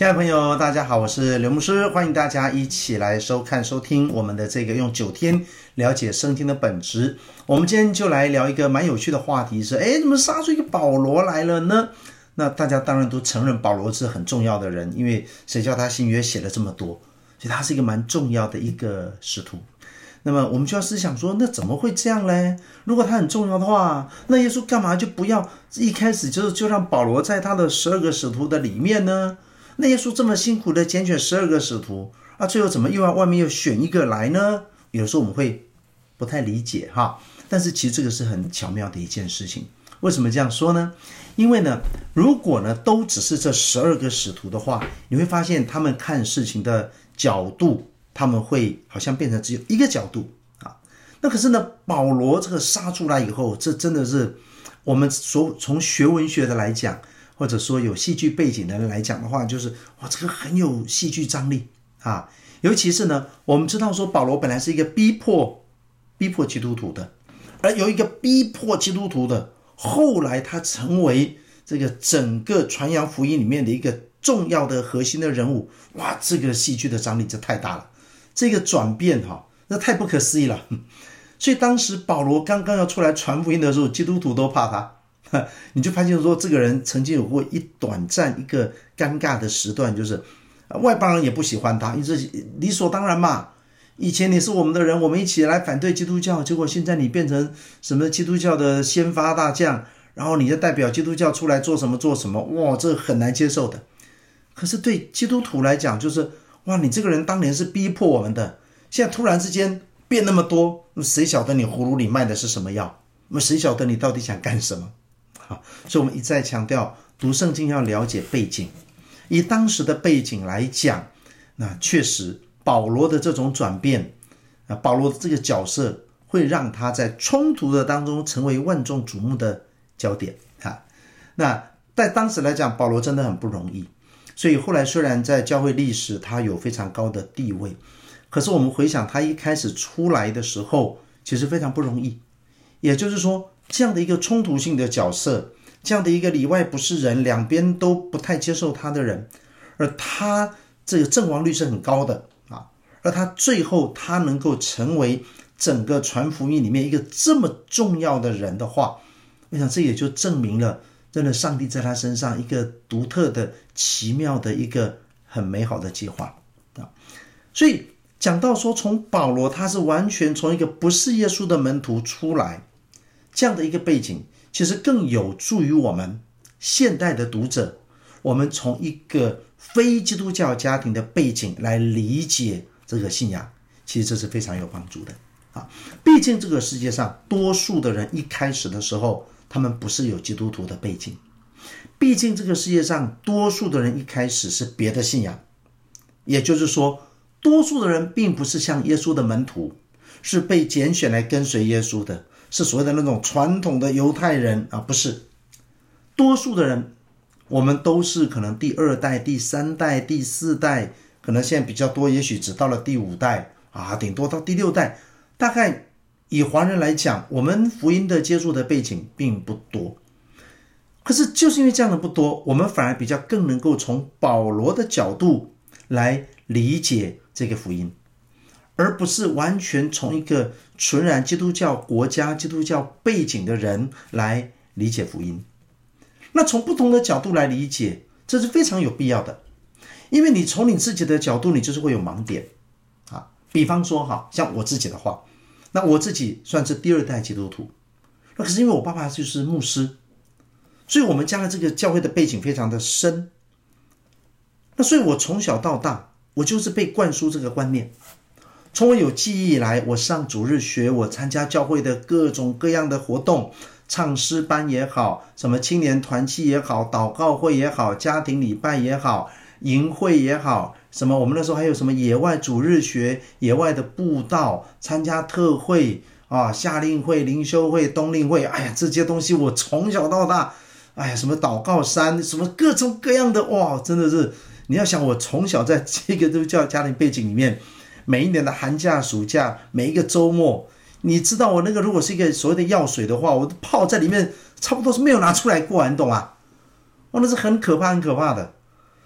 亲爱的朋友，大家好，我是刘牧师，欢迎大家一起来收看收听我们的这个用9天了解圣经的本质。我们今天就来聊一个蛮有趣的话题是，怎么杀出一个保罗来了呢？那大家当然都承认保罗是很重要的人，因为谁叫他新约写了这么多，所以他是一个蛮重要的一个使徒。那么我们就要思想说，那怎么会这样呢？如果他很重要的话，那耶稣干嘛就不要一开始就让保罗在他的12个使徒的里面呢？那耶稣这么辛苦的拣选12个使徒啊，最后怎么又要外面又选一个来呢？有时候我们会不太理解哈，但是其实这个是很巧妙的一件事情。为什么这样说呢？因为呢，如果呢都只是这12个使徒的话，你会发现他们看事情的角度，他们会好像变成只有一个角度啊。那可是呢，保罗这个杀出来以后，这真的是我们从学文学的来讲，或者说有戏剧背景的人来讲的话，就是哇，这个很有戏剧张力啊。尤其是呢，我们知道说保罗本来是一个逼迫基督徒的，而有一个逼迫基督徒的，后来他成为这个整个传扬福音里面的一个重要的核心的人物。哇，这个戏剧的张力就太大了，这个转变那太不可思议了。所以当时保罗刚刚要出来传福音的时候，基督徒都怕他。你就发现说，这个人曾经有过短暂一个尴尬的时段，就是外邦人也不喜欢他，因为这理所当然嘛。以前你是我们的人，我们一起来反对基督教，结果现在你变成什么基督教的先发大将，然后你就代表基督教出来做什么，哇，这很难接受的。可是对基督徒来讲，就是哇，你这个人当年是逼迫我们的，现在突然之间变那么多，谁晓得你葫芦里卖的是什么药？谁晓得你到底想干什么？所以我们一再强调，读圣经要了解背景。以当时的背景来讲，那确实保罗的这种转变，保罗的这个角色会让他在冲突的当中成为万众瞩目的焦点。那在当时来讲，保罗真的很不容易。所以后来虽然在教会历史他有非常高的地位，可是我们回想他一开始出来的时候，其实非常不容易。也就是说，这样的一个冲突性的角色，这样的一个里外不是人，两边都不太接受他的人，而他这个阵亡率是很高的而他最后他能够成为整个传福音里面一个这么重要的人的话，我想这也就证明了真的上帝在他身上一个独特的奇妙的一个很美好的计划所以讲到说，从保罗他是完全从一个不是耶稣的门徒出来，这样的一个背景，其实更有助于我们现代的读者，我们从一个非基督教家庭的背景来理解这个信仰，其实这是非常有帮助的毕竟这个世界上多数的人一开始的时候，他们不是有基督徒的背景，毕竟这个世界上多数的人一开始是别的信仰，也就是说，多数的人并不是像耶稣的门徒，是被拣选来跟随耶稣的，是所谓的那种传统的犹太人不是。多数的人我们都是可能第2代、第3代、第4代，可能现在比较多，也许只到了第5代顶多到第6代。大概以华人来讲，我们福音的接触的背景并不多，可是就是因为这样的不多，我们反而比较更能够从保罗的角度来理解这个福音，而不是完全从一个纯然基督教国家、基督教背景的人来理解福音。那从不同的角度来理解，这是非常有必要的，因为你从你自己的角度，你就是会有盲点比方说像我自己的话，那我自己算是第2代基督徒，那可是因为我爸爸就是牧师，所以我们家的这个教会的背景非常的深，那所以我从小到大，我就是被灌输这个观念。从我有记忆以来，我上主日学，我参加教会的各种各样的活动，唱诗班也好，什么青年团契也好，祷告会也好，家庭礼拜也好，营会也好，什么我们那时候还有什么野外主日学、野外的布道，参加特会夏令会、灵修会、冬令会，这些东西我从小到大，什么祷告山，什么各种各样的，哇，真的是你要想我从小在这个基督教家庭背景里面，每一年的寒假暑假，每一个周末，你知道我那个如果是一个所谓的药水的话，我泡在里面差不多是没有拿出来过，你懂吗？那是很可怕很可怕的。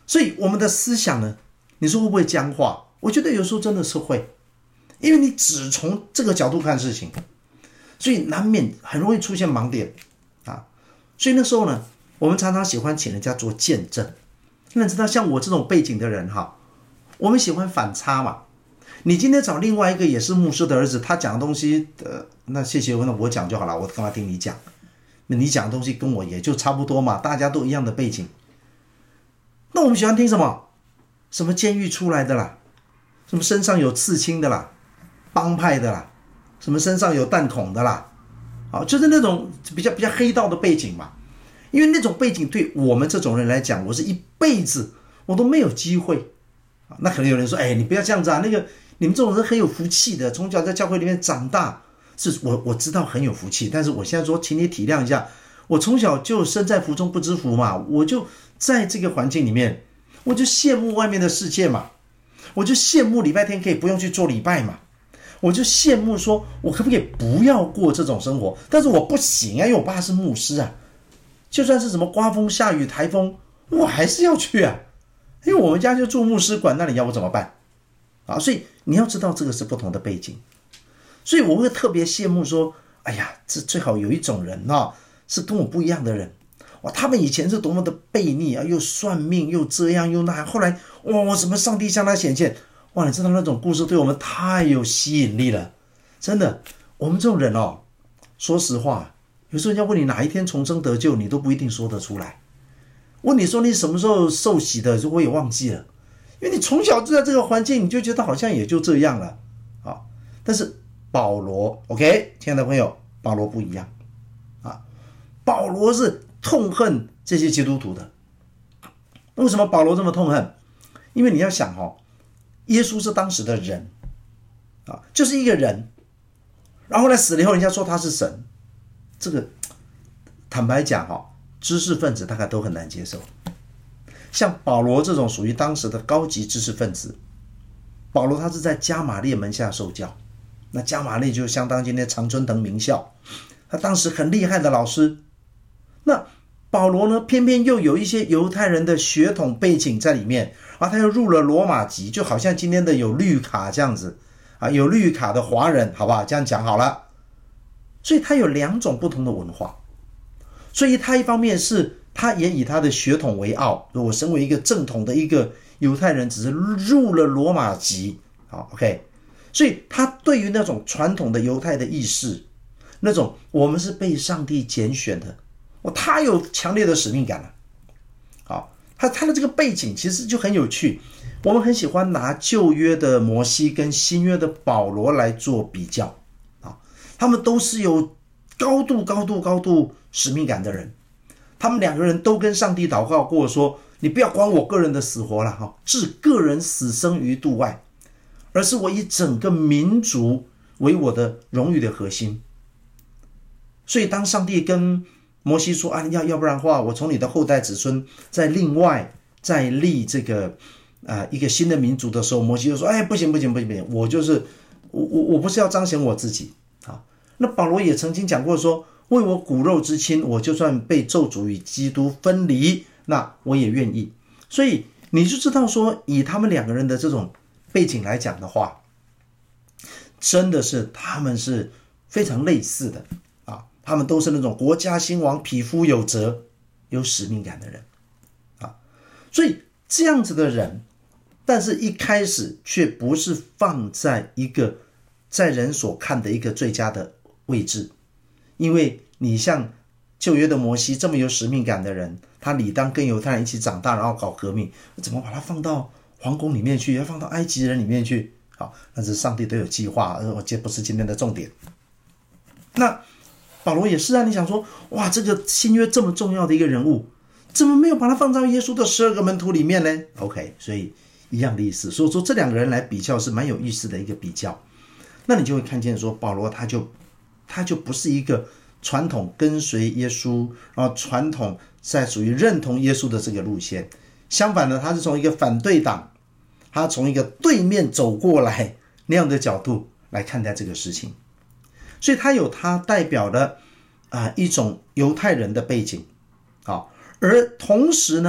所以我们的思想呢，你说会不会僵化？我觉得有时候真的是会，因为你只从这个角度看事情，所以难免很容易出现盲点啊。所以那时候呢，我们常常喜欢请人家做见证。那你知道像我这种背景的人哈，我们喜欢反差嘛。你今天找另外一个也是牧师的儿子，他讲的东西，那谢谢，那我讲就好了，我干嘛听你讲？那你讲的东西跟我也就差不多嘛，大家都一样的背景。那我们喜欢听什么？什么监狱出来的啦，什么身上有刺青的啦，帮派的啦，什么身上有弹孔的啦，就是那种比较黑道的背景嘛。因为那种背景对我们这种人来讲，我是一辈子我都没有机会。那可能有人说，你不要这样子啊，那个你们这种人很有福气的，从小在教会里面长大，是我知道很有福气，但是我现在说，请你体谅一下，我从小就身在福中不知福嘛，我就在这个环境里面，我就羡慕外面的世界嘛，我就羡慕礼拜天可以不用去做礼拜嘛，我就羡慕说我可不可以不要过这种生活，但是我不行啊，因为我爸是牧师啊，就算是什么刮风下雨台风，我还是要去啊，因为我们家就住牧师馆，那你要我怎么办啊？所以你要知道这个是不同的背景，所以我会特别羡慕说，哎呀，这最好有一种人是跟我不一样的人，哇，他们以前是多么的悖逆啊，又算命又这样又那样，后来哇，什么上帝向他显现，哇，你知道那种故事对我们太有吸引力了，真的，我们这种人说实话，有时候人家问你哪一天重生得救，你都不一定说得出来。问你说你什么时候受洗的，我也忘记了，因为你从小就在这个环境，你就觉得好像也就这样了啊。但是保罗 ，OK， 亲爱的朋友，保罗不一样啊，保罗是痛恨这些基督徒的。为什么保罗这么痛恨？因为你要想耶稣是当时的人啊，就是一个人，然后呢死了以后，人家说他是神，这个坦白讲知识分子大概都很难接受。像保罗这种属于当时的高级知识分子，保罗他是在加马列门下受教，那加马列就相当今天常春藤名校，他当时很厉害的老师。那保罗呢，偏偏又有一些犹太人的血统背景在里面，他又入了罗马籍，就好像今天的有绿卡这样子有绿卡的华人，好不好？这样讲好了。所以他有两种不同的文化，所以他一方面是他也以他的血统为傲，我身为一个正统的一个犹太人，只是入了罗马籍，OK， 所以他对于那种传统的犹太的意识，那种我们是被上帝拣选的，他有强烈的使命感了。他的这个背景其实就很有趣，我们很喜欢拿旧约的摩西跟新约的保罗来做比较他们都是有高度使命感的人，他们两个人都跟上帝祷告过说，你不要管我个人的死活了，置个人死生于度外，而是我以整个民族为我的荣誉的核心。所以当上帝跟摩西说要不然的话，我从你的后代子孙再另外再立这个一个新的民族的时候，摩西就说不行，我就是我不是要彰显我自己那保罗也曾经讲过说，为我骨肉之亲，我就算被咒诅与基督分离，那我也愿意。所以你就知道说，以他们两个人的这种背景来讲的话，真的是他们是非常类似的他们都是那种国家兴亡，匹夫有责，有使命感的人所以这样子的人，但是一开始却不是放在一个在人所看的一个最佳的位置。因为你像旧约的摩西这么有使命感的人，他理当跟犹太人一起长大，然后搞革命，怎么把他放到皇宫里面去，要放到埃及人里面去但是上帝都有计划，这不是今天的重点。那保罗也是你想说，哇，这个新约这么重要的一个人物，怎么没有把他放到耶稣的12个门徒里面呢？ OK， 所以一样的意思，所以说这两个人来比较是蛮有意思的一个比较。那你就会看见说，保罗他就不是一个传统跟随耶稣，然后传统在属于认同耶稣的这个路线，相反的，他是从一个反对党，他从一个对面走过来那样的角度来看待这个事情。所以他有他代表的一种犹太人的背景而同时呢，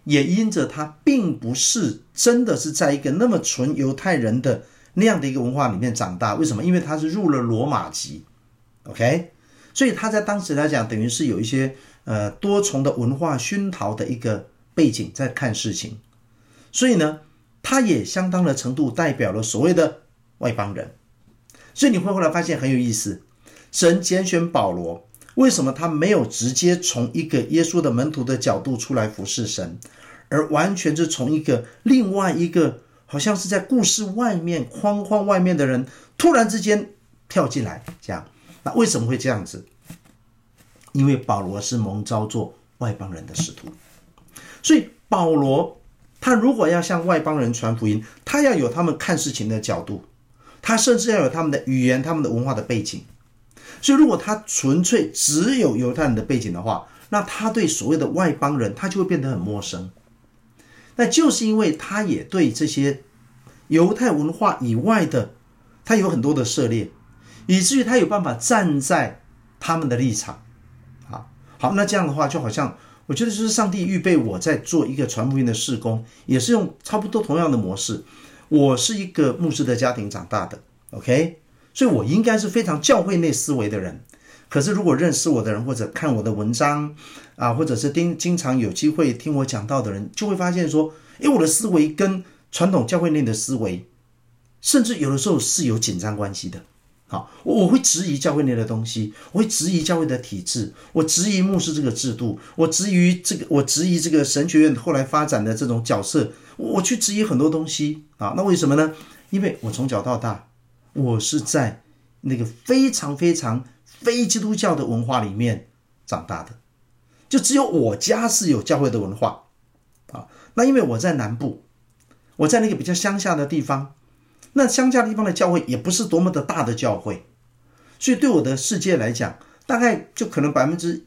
也因着他并不是真的是在一个那么纯犹太人的那样的一个文化里面长大。为什么？因为他是入了罗马籍 OK， 所以他在当时来讲等于是有一些多重的文化熏陶的一个背景在看事情，所以呢他也相当的程度代表了所谓的外邦人。所以你会后来发现很有意思，神拣选保罗，为什么他没有直接从一个耶稣的门徒的角度出来服侍神，而完全是从一个另外一个好像是在故事外面框框外面的人突然之间跳进来这样？那为什么会这样子？因为保罗是蒙召做外邦人的使徒，所以保罗他如果要向外邦人传福音，他要有他们看事情的角度，他甚至要有他们的语言他们的文化的背景。所以如果他纯粹只有犹太人的背景的话，那他对所谓的外邦人他就会变得很陌生。那就是因为他也对这些犹太文化以外的他有很多的涉猎，以至于他有办法站在他们的立场。好，那这样的话就好像我觉得就是上帝预备我在做一个传福音的事工，也是用差不多同样的模式。我是一个牧师的家庭长大的 OK， 所以我应该是非常教会内思维的人。可是如果认识我的人或者看我的文章或者是经常有机会听我讲道的人，就会发现说我的思维跟传统教会内的思维甚至有的时候是有紧张关系的。好，我会质疑教会内的东西，我会质疑教会的体制，我质疑牧师这个制度，我质疑这个神学院后来发展的这种角色，我去质疑很多东西那为什么呢？因为我从小到大我是在那个非常非常非基督教的文化里面长大的，就只有我家是有教会的文化那因为我在南部，我在那个比较乡下的地方，那乡下地方的教会也不是多么的大的教会，所以对我的世界来讲，大概就可能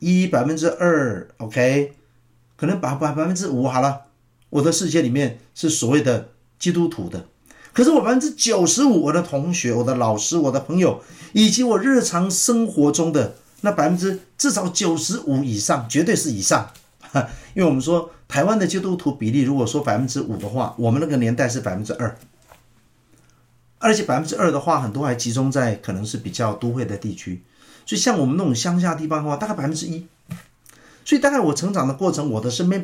1%、2% OK， 可能 5% 好了，我的世界里面是所谓的基督徒的。可是我 95% 我的同学、我的老师、我的朋友，以及我日常生活中的那至少95%以上，绝对是以上。因为我们说台湾的基督徒比例如果说 5% 的话，我们那个年代是 2%， 而且 2% 的话很多还集中在可能是比较都会的地区，所以像我们那种乡下地方的话大概 1%。 所以大概我成长的过程，我的身边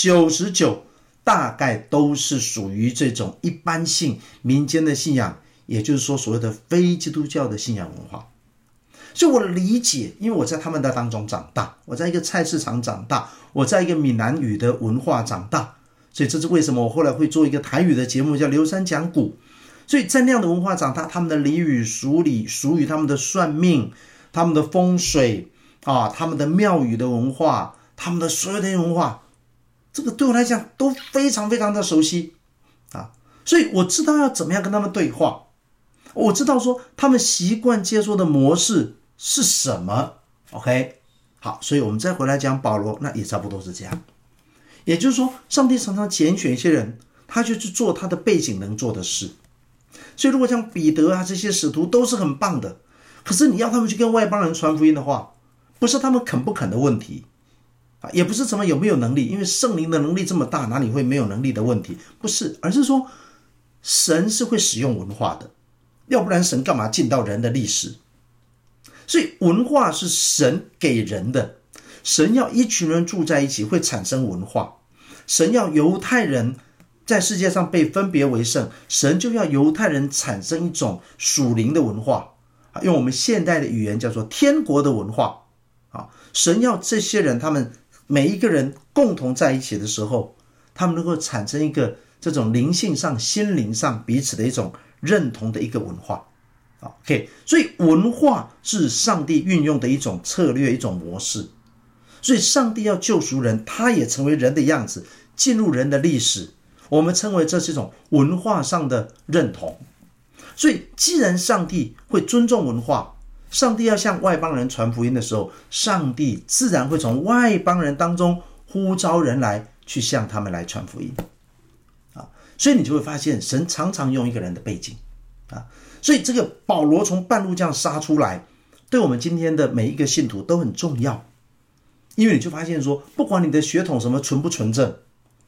99% 大概都是属于这种一般性民间的信仰，也就是说所谓的非基督教的信仰文化。所以我的理解，因为我在他们的当中长大，我在一个菜市场长大，我在一个闽南语的文化长大，所以这是为什么我后来会做一个台语的节目叫刘三讲古。所以在那样的文化长大，他们的俚语俗语，他们的算命，他们的风水他们的庙宇的文化，他们的所有的文化，这个对我来讲都非常非常的熟悉所以我知道要怎么样跟他们对话，我知道说他们习惯接受的模式是什么 OK。 好，所以我们再回来讲保罗，那也差不多是这样。也就是说上帝常常拣选一些人，他就去做他的背景能做的事。所以如果像彼得这些使徒都是很棒的，可是你要他们去跟外邦人传福音的话，不是他们肯不肯的问题也不是什么有没有能力，因为圣灵的能力这么大，哪里会没有能力的问题，不是，而是说神是会使用文化的，要不然神干嘛进到人的历史？所以文化是神给人的，神要一群人住在一起会产生文化，神要犹太人在世界上被分别为圣，神就要犹太人产生一种属灵的文化用我们现代的语言叫做天国的文化神要这些人他们每一个人共同在一起的时候，他们能够产生一个这种灵性上心灵上彼此的一种认同的一个文化OK。 所以文化是上帝运用的一种策略，一种模式。所以上帝要救赎人，他也成为人的样子，进入人的历史，我们称为这是一种文化上的认同。所以既然上帝会尊重文化，上帝要向外邦人传福音的时候，上帝自然会从外邦人当中呼召人来去向他们来传福音所以你就会发现神常常用一个人的背景所以这个保罗从半路这样杀出来，对我们今天的每一个信徒都很重要。因为你就发现说，不管你的血统什么纯不纯正，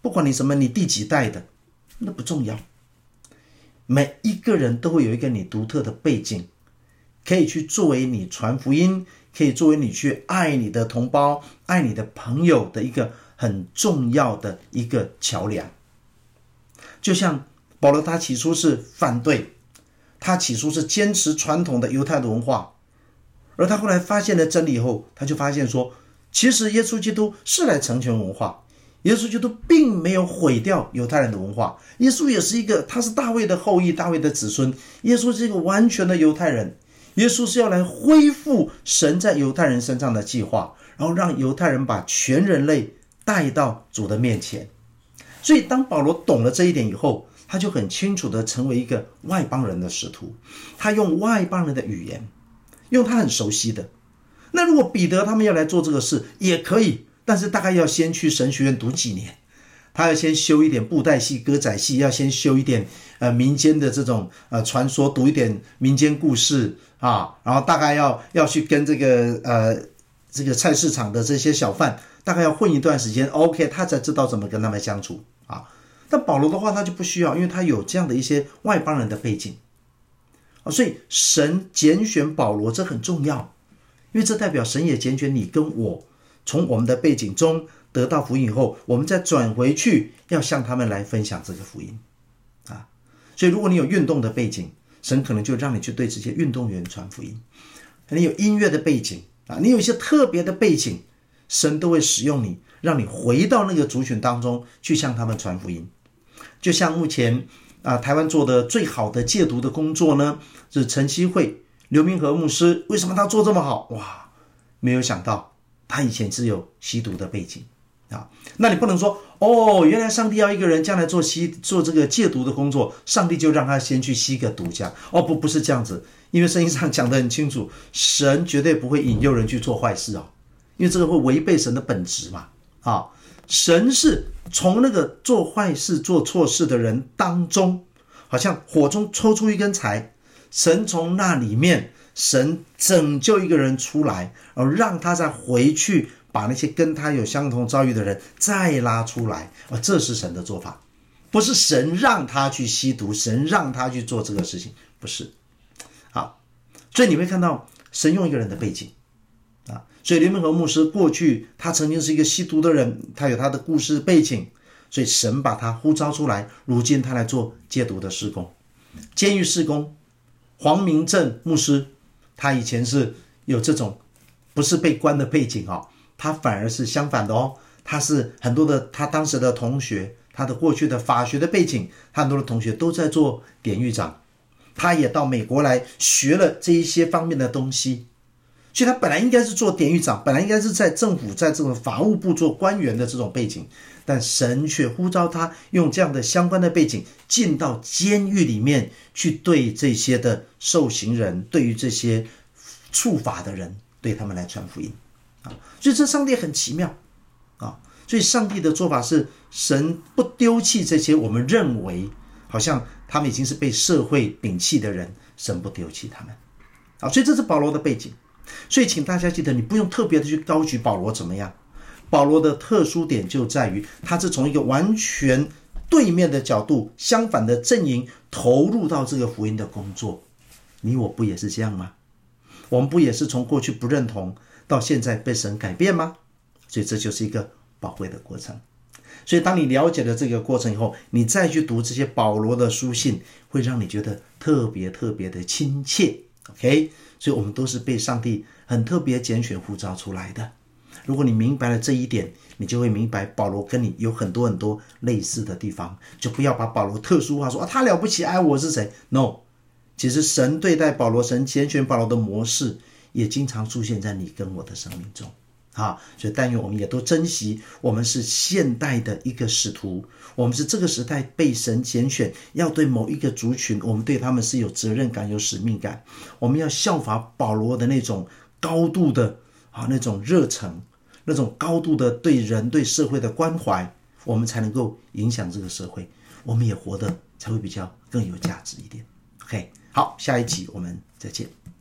不管你什么，你第几代的，那不重要。每一个人都会有一个你独特的背景，可以去作为你传福音，可以作为你去爱你的同胞、爱你的朋友的一个很重要的一个桥梁。就像保罗他起初是反对，他起初是坚持传统的犹太的文化，而他后来发现了真理以后，他就发现说，其实耶稣基督是来成全文化，耶稣基督并没有毁掉犹太人的文化，耶稣也是一个，他是大卫的后裔，大卫的子孙，耶稣是一个完全的犹太人，耶稣是要来恢复神在犹太人身上的计划，然后让犹太人把全人类带到主的面前。所以当保罗懂了这一点以后，他就很清楚的成为一个外邦人的使徒，他用外邦人的语言，用他很熟悉的。那如果彼得他们要来做这个事也可以，但是大概要先去神学院读几年，他要先修一点布袋戏、歌仔戏，要先修一点民间的这种传说，读一点民间故事啊，然后大概要去跟这个菜市场的这些小贩大概要混一段时间 ，OK， 他才知道怎么跟他们相处啊。但保罗的话他就不需要，因为他有这样的一些外邦人的背景啊，所以神拣选保罗这很重要，因为这代表神也拣选你跟我，从我们的背景中得到福音以后，我们再转回去要向他们来分享这个福音啊。所以如果你有运动的背景，神可能就让你去对这些运动员传福音；你有音乐的背景啊，你有一些特别的背景，神都会使用你，让你回到那个族群当中去向他们传福音。就像目前台湾做的最好的戒毒的工作呢，是晨曦会刘明和牧师。为什么他做这么好？哇，没有想到他以前是有吸毒的背景啊。那你不能说原来上帝要一个人将来做这个戒毒的工作，上帝就让他先去吸个毒这样。不是这样子，因为圣经上讲得很清楚，神绝对不会引诱人去做坏事因为这个会违背神的本质嘛神是从那个做坏事做错事的人当中，好像火中抽出一根柴，神从那里面神拯救一个人出来，然后让他再回去把那些跟他有相同遭遇的人再拉出来这是神的做法，不是神让他去吸毒，神让他去做这个事情，不是。好，所以你会看到神用一个人的背景所以刘明和牧师过去他曾经是一个吸毒的人，他有他的故事背景，所以神把他呼召出来，如今他来做戒毒的事工。监狱事工黄明正牧师，他以前是有这种不是被关的背景他反而是相反的他是很多的他当时的同学，他的过去的法学的背景，他很多的同学都在做典狱长，他也到美国来学了这一些方面的东西，所以他本来应该是做典狱长，本来应该是在政府在这个法务部做官员的这种背景，但神却呼召他用这样的相关的背景进到监狱里面去，对这些的受刑人，对于这些触法的人，对他们来传福音所以这上帝很奇妙所以上帝的做法是神不丢弃这些我们认为好像他们已经是被社会摒弃的人，神不丢弃他们所以这是保罗的背景。所以请大家记得，你不用特别的去高举保罗怎么样，保罗的特殊点就在于他是从一个完全对面的角度，相反的阵营投入到这个福音的工作。你我不也是这样吗？我们不也是从过去不认同到现在被神改变吗？所以这就是一个宝贵的过程。所以当你了解了这个过程以后，你再去读这些保罗的书信，会让你觉得特别特别的亲切。 OK， 所以我们都是被上帝很特别拣选呼召出来的。如果你明白了这一点，你就会明白保罗跟你有很多很多类似的地方，就不要把保罗特殊化说他了不起，我是谁。 No， 其实神对待保罗，神拣选保罗的模式也经常出现在你跟我的生命中所以但愿我们也都珍惜，我们是现代的一个使徒，我们是这个时代被神拣选，要对某一个族群，我们对他们是有责任感有使命感，我们要效法保罗的那种高度的那种热忱，那种高度的对人对社会的关怀，我们才能够影响这个社会，我们也活得才会比较更有价值一点。 OK， 好，下一集我们再见。